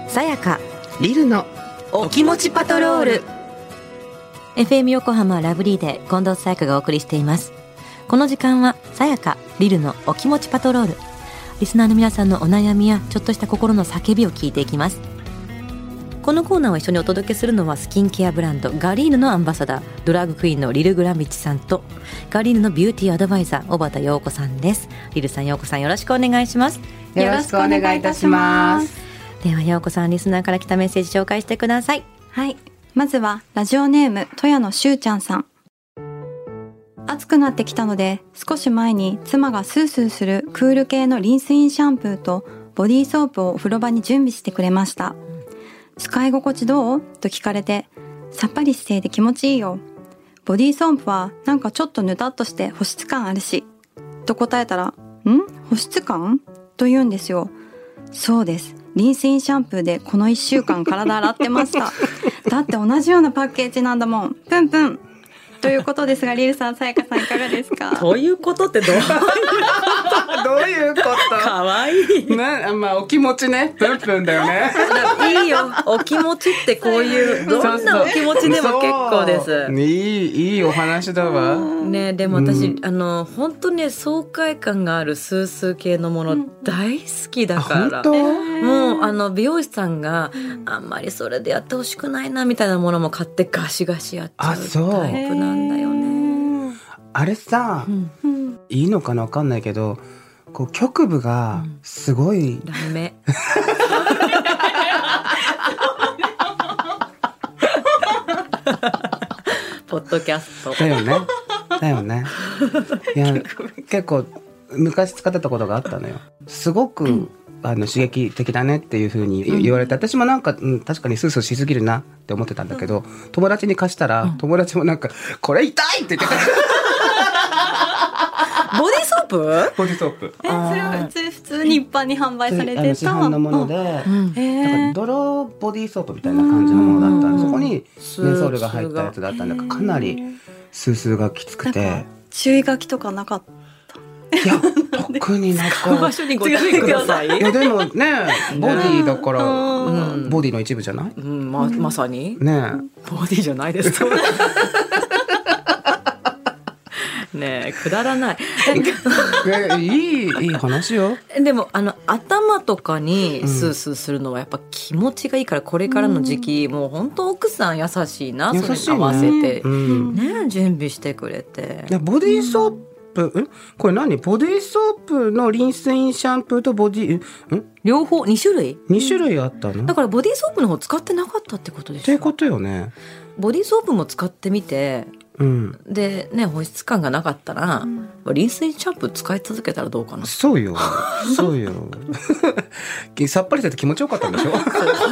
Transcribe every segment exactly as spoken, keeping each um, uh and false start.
さやかリルのお気持ちパトロール。 エフエム 横浜ラブリーで近藤さやかがお送りしています。この時間はさやかリルのお気持ちパトロール。リスナーの皆さんのお悩みやちょっとした心の叫びを聞いていきます。このコーナーを一緒にお届けするのはスキンケアブランドガリーヌのアンバサダー、ドラッグクイーンのリル・グラミッチさんとガリーヌのビューティーアドバイザー小畑陽子さんです。リルさん、陽子さん、よろしくお願いします。 よろしくお願いいたします。 では陽子さん、リスナーから来たメッセージ紹介してください。 はい、まずはラジオネーム戸谷のしゅうちゃんさん。暑くなってきたので少し前に妻がスースーするクール系のリンスインシャンプーとボディーソープをお風呂場に準備してくれました。使い心地どうと聞かれて、さっぱりしていて気持ちいいよ。ボディーソープはなんかちょっとぬたっとして保湿感あるし。と答えたら、ん保湿感と言うんですよ。そうです。リンスインシャンプーでこのいっしゅうかん体洗ってました。だって同じようなパッケージなんだもん。プンプン。ということですが、リルさん、さやかさんいかがですか？ ということってどうどういうことかわいいな、まあお気持ちね、プンプンだよね。 いいよ、お気持ちってこういうどんなお気持ちでも結構です。 いい、いいお話だわね。でも私、 うん、 あの本当に爽快感があるスースー系のもの大好きだから、 うん、 もうあの美容師さんがあんまりそれでやってほしくないなみたいなものも買ってガシガシやっちゃうタイプなんだよね。 あれさ、うんうん、いいのかなわかんないけど、こう局部がすごい、うん、 ダメポッドキャストだよねだよね。いや結構昔使ってたことがあったのよ。すごく、うん、あの刺激的だねっていう風に言われて、うん、私もなんか、うん、確かにスースーしすぎるなって思ってたんだけど、うん、友達に貸したら、うん、友達もなんかこれ痛いって言ってたボディーソープボディーソープえそれは普通に一般に販売されてた市販のもので、うん、だから泥ボディーソープみたいな感じのものだったんで、そこにメンソールが入ったやつだったんだから、かなりスースーがきつくて。 注意書きとかなかった？ いや特になんか場所にご注意ください。 いやでもね、ボディだから、うん、ボディの一部じゃない？ うん、ま, まさにね、 ボディじゃないですねえ、くだらないいい、いい話よ。 でもあの頭とかにスースーするのはやっぱ気持ちがいいから、これからの時期、うん、もう本当奥さん優しいな、 優しいね、 それに合わせて、 うんね、準備してくれて。 ボディーソープ、うん、これ何？ボディーソープのリンスインシャンプーとボディー、ん両方に種類に種類あったの？ だからボディーソープの方使ってなかったってことでしょ？ ってことよね。 ボディーソープも使ってみて、 うん、でね、保湿感がなかったら、うん、リンスインシャンプー使い続けたらどうかな。 そうよそうよさっぱりしてて気持ちよかったんでしょ？保湿感も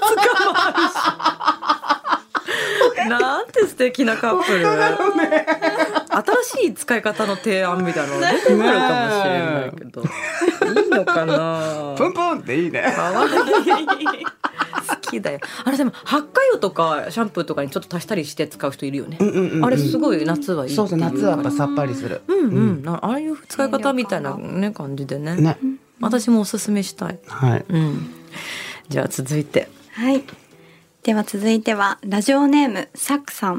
あるしなんて素敵なカップル、ね、新しい使い方の提案みたいなの出てくるかもしれないけど、いいのかな。 プンプンっていいね。 かわいい好きだよ。あれでもハッカ油とかシャンプーとかにちょっと足したりして使う人いるよね、うんうんうんうん、あれすごい夏はいいっていう。 そうそう、夏はやっぱさっぱりする、 うんうん、ああいう使い方みたいな、ね、感じで ね, ね私もおすすめしたい、 はい、 うん、じゃあ続いて、 はい、では続いてはラジオネームサックさん。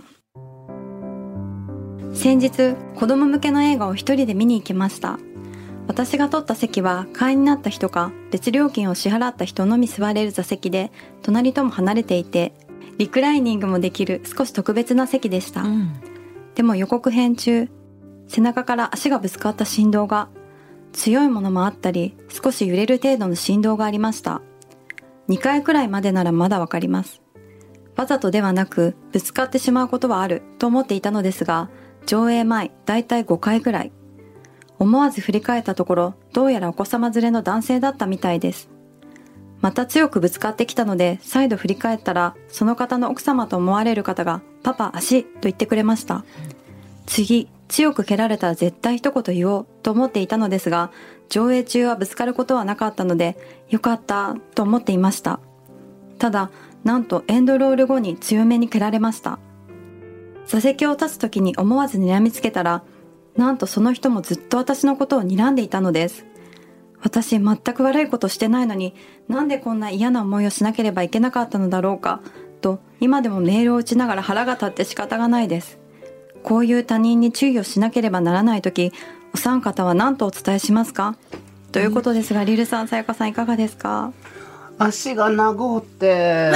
先日子供向けの映画を一人で見に行きました。私が取った席は会員になった人か別料金を支払った人のみ座れる座席で、隣とも離れていてリクライニングもできる少し特別な席でした、うん、でも予告編中、背中から足がぶつかった振動が、強いものもあったり少し揺れる程度の振動がありました。にかいくらいまでならまだわかります。わざとではなくぶつかってしまうことはあると思っていたのですが、上映前だいたいごかいぐらい。思わず振り返ったところ、どうやらお子様連れの男性だったみたいです。また強くぶつかってきたので再度振り返ったら、その方の奥様と思われる方がパパ足と言ってくれました。次強く蹴られたら絶対一言言おうと思っていたのですが、上映中はぶつかることはなかったのでよかったと思っていました。ただなんとエンドロール後に強めに蹴られました。座席を立つ時に思わず睨みつけたら、なんとその人もずっと私のことを睨んでいたのです。 私全く悪いことしてないのになんでこんな嫌な思いをしなければいけなかったのだろうかと今でもメールを打ちながら腹が立って仕方がないです。こういう他人に注意をしなければならないとき、お三方は何とお伝えしますかということですが、リルさん、さやかさんいかがですか？ 足が長って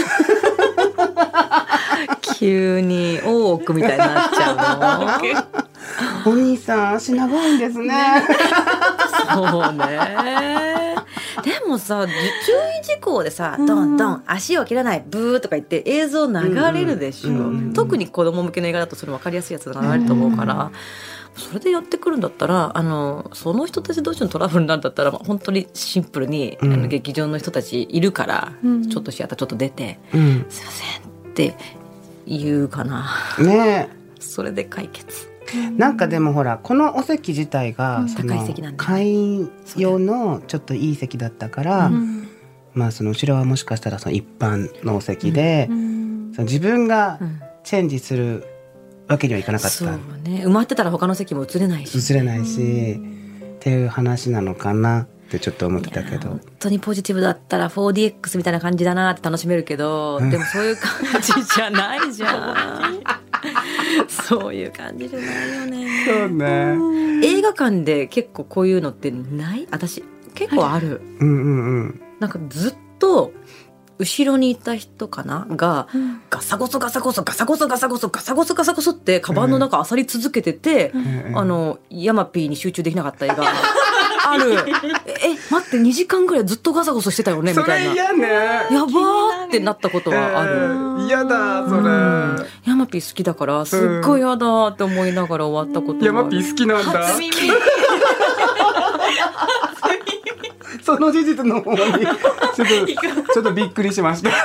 急に大奥みたいになっちゃうのお兄さん足長いんですねそうね。でもさ、注意事項でさ、ドンドン足を切らないブーとか言って映像流れるでしょ、うんうん、特に子供向けの映画だとそれ分かりやすいやつが流れると思うから、うん、それでやってくるんだったら、あのその人たち同士のトラブルになるんだったら、本当にシンプルに、うん、あの劇場の人たちいるから、うん、ちょっとシアターちょっと出て、うん、すいませんって言うかなね。それで解決。 なんかでもほらこのお席自体が、うん、その高い席なんで、ね、会員用のちょっといい席だったから、うん、まあその後ろはもしかしたらその一般のお席で、うん、その自分がチェンジするわけにはいかなかった、 そうね、埋まってたら他の席も移れないし、 移れないし、うん、っていう話なのかなってちょっと思ってたけど、 本当にポジティブだったら フォーディーエックス みたいな感じだなって楽しめるけど、うん、でもそういう感じじゃないじゃんそういう感じじゃないよね。 そうね。 映画館で結構こういうのってない？私結構ある、はい、うんうんうん、なんかずっと後ろにいた人かなが、うん、ガサゴソガサゴソガサゴソガサゴソガサゴソガサゴソってカバンの中漁り続けてて、うん、あのヤマピーに集中できなかった映画あるえ待ってにじかんぐらいずっとガサゴソしてたよねみたいな。 それ嫌ね。 やばーってなったことはある。 嫌、えー、だそれ、うん、 ヤマピー好きだからすっごい嫌だって思いながら終わったことがある。 ヤマピー好きなんだ。初耳その事実の方にちょっとちょっとびっくりしました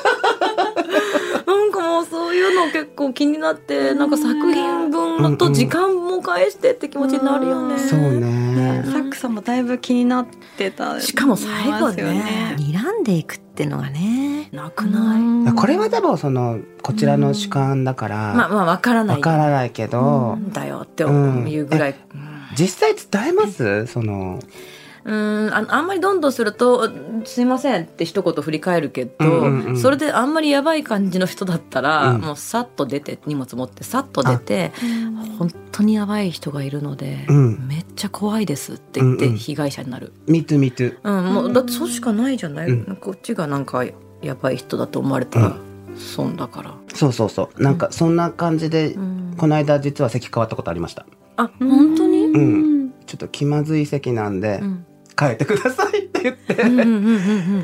なんかもうそういうの結構気になって、なんか作品分と時間も返してって気持ちになるよね、うんうん、 そうね。 サックさんもだいぶ気になってた、 しかも最後ね睨んでいくってのがねなくない？ これはでもそのこちらの主観だから、 うん、まあまあ分からない分からないけど、 うん、だよっていうぐらい、うん、 実際伝えます？そのうんあ, あんまりどんどんするとすいませんって一言振り返るけど、うんうんうん、それであんまりやばい感じの人だったら、うん、もうさっと出て荷物持ってさっと出て、本当にやばい人がいるので、うん、めっちゃ怖いですって言って被害者になる。 見て見て、 うん、もうだってそうしかないじゃない、うん、こっちがなんかやばい人だと思われたら、うん、損だから。 そうそうそうなんかそんな感じで、うん、この間実は席変わったことありました。 あ本当に、 うん、ちょっと気まずい席なんで、うん帰ってくださいって言ってうんうんうん、うん、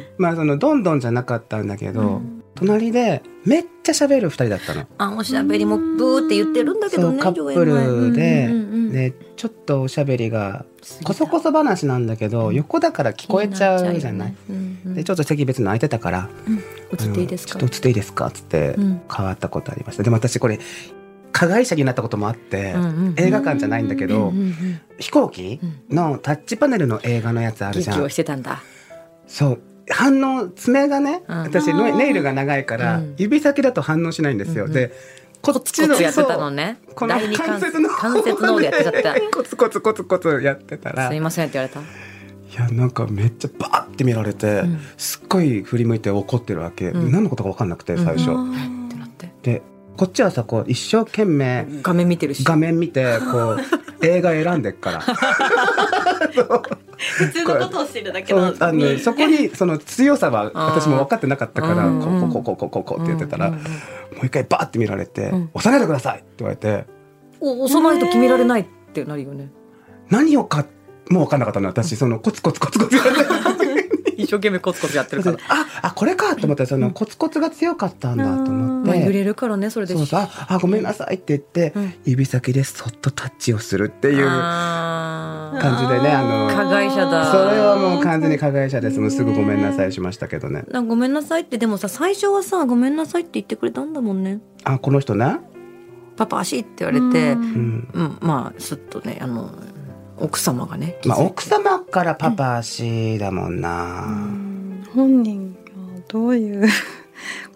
まあそのどんどんじゃなかったんだけど、うん、隣でめっちゃ喋るふたりだったの。 あおしゃべりもブーって言ってるんだけどね。 そうカップルで、うんうんうん、でちょっとおしゃべりがこそこそ話なんだけど、うん、横だから聞こえちゃうじゃない、ねうんうん、でちょっと席別の空いてたから、 うん、映っていいですか、 ちょっと映っていいですかっつって変わったことありました。でも私これ加害者になったこともあって、うんうん、映画館じゃないんだけど、うんうんうん、飛行機のタッチパネルの映画のやつあるじゃん。 劇をしてたんだ。 そう反応爪がね、うん、私ネイルが長いから、うん、指先だと反応しないんですよ、うんうん、でこっちのコツコツやってたのね。 この関節の関節の方でやってちゃったコツコツコツコツやってたらすいませんって言われた。 いやなんかめっちゃバーって見られて、うん、すっごい振り向いて怒ってるわけ、うん、何のことか分かんなくて最初、うん、ってなってでこっちはさこう一生懸命画面見てるし画面見てこう映画選んでっからそう普通のことをしてるだけなのにそ, あのそこにその強さは私も分かってなかったからこうこうこうこうこうこうって言ってたら、うんうんうん、もう一回バーって見られて、うん、押さないでくださいって言われてお押さないと決められないってなるよね。 何をかもう分かんなかったの私そのコツコツコツコツやって一生懸命コツコツやってるからああこれかと思ってそのコツコツが強かったんだと思って、 まあ、揺れるからねそれでそうそう あ, あごめんなさいって言って、うん、指先でそっとタッチをするっていう感じでねあの加害者だ。 それはもう完全に加害者です。もうすぐごめんなさいしましたけどね。 ごめんなさいってでもさ最初はさごめんなさいって言ってくれたんだもんね。 あこの人ねパパ足って言われて、うんうん、まあすっとねあの奥様がね、 まあ、奥様からパパ足だもんな、うん、 本人がどういう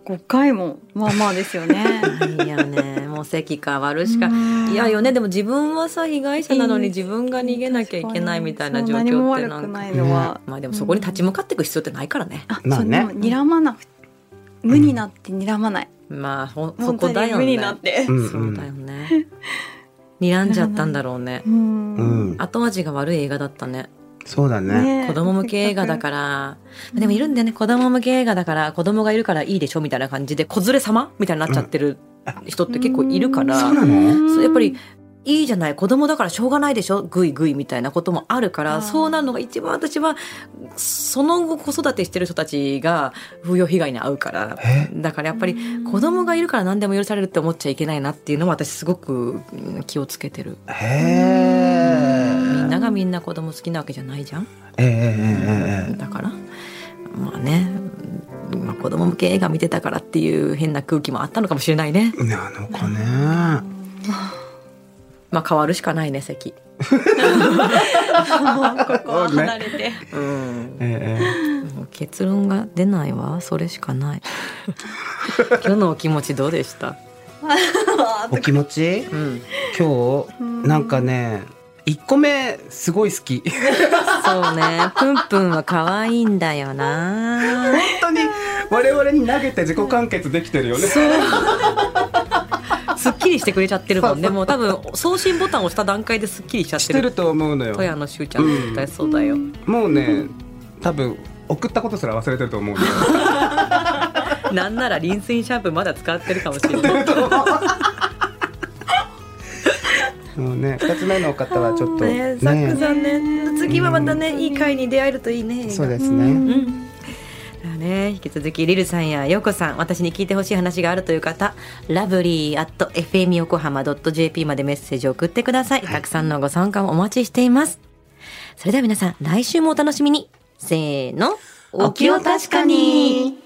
ごかいもまあまあですよねいやね、もう席変わるしかいやよね。でも自分はさ被害者なのに自分が逃げなきゃいけないみたいな状況ってなんか、 何も悪くないのは、 まあでもそこに立ち向かっていく必要ってないからね。 あ、 まあね、 そう、でも睨まなく無になって睨まない、 まあほそこだよね。 無になって、 うんうん、 そうだよね。睨んじゃったんだろうね。 うんうん、 後味が悪い映画だったね。 そうだね。 ね子供向け映画だからでもいるんだよね、子供向け映画だから子供がいるからいいでしょみたいな感じで子連れ様みたいになっちゃってる人って結構いるから、 そうなの？ そうやっぱりいいじゃない、子供だからしょうがないでしょグイグイみたいなこともあるから、 あーそうなるのが一番私はその後子育てしてる人たちが風評被害に遭うから、 えだからやっぱり子供がいるから何でも許されるって思っちゃいけないなっていうのも私すごくうん気をつけてる。 へー、 みんながみんな子供好きなわけじゃないじゃん。 ええええええだからまあね、まあ、子供向け映画見てたからっていう変な空気もあったのかもしれないね。 なのかね。 まあ変わるしかないね席。 もうここは離れて、 うんええもう結論が出ないわ、それしかない。今日のお気持ちどうでした？ お気持ち、 うん、 今日なんかねいっこめすごい好きそうね、プンプンは可愛いんだよな。 本当に我々に投げて自己完結できてるよね。 すっきりしてくれちゃってるもんね。 そうそうもう多分送信ボタンを押した段階ですっきりしちゃっしててる。 ると思うのよ。 富谷のしゅうちゃん絶対そうだよ。 もうね多分送ったことすら忘れてると思うのよ。 なんならリンスインシャンプーまだ使ってるかもしれない。 もうねふたつめの方はちょっとね、ザックさんね、次はまたね、いい回に出会えるといいね。 そうですね。 うん。だね、引き続きリルさんやヨコさん、私に聞いてほしい話があるという方、ラブリー アット エフエム 横浜 ドット ジェーピー までメッセージを送ってください。たくさんのご参加をお待ちしています。それでは皆さん、来週もお楽しみに。せーの、 お気を確かに。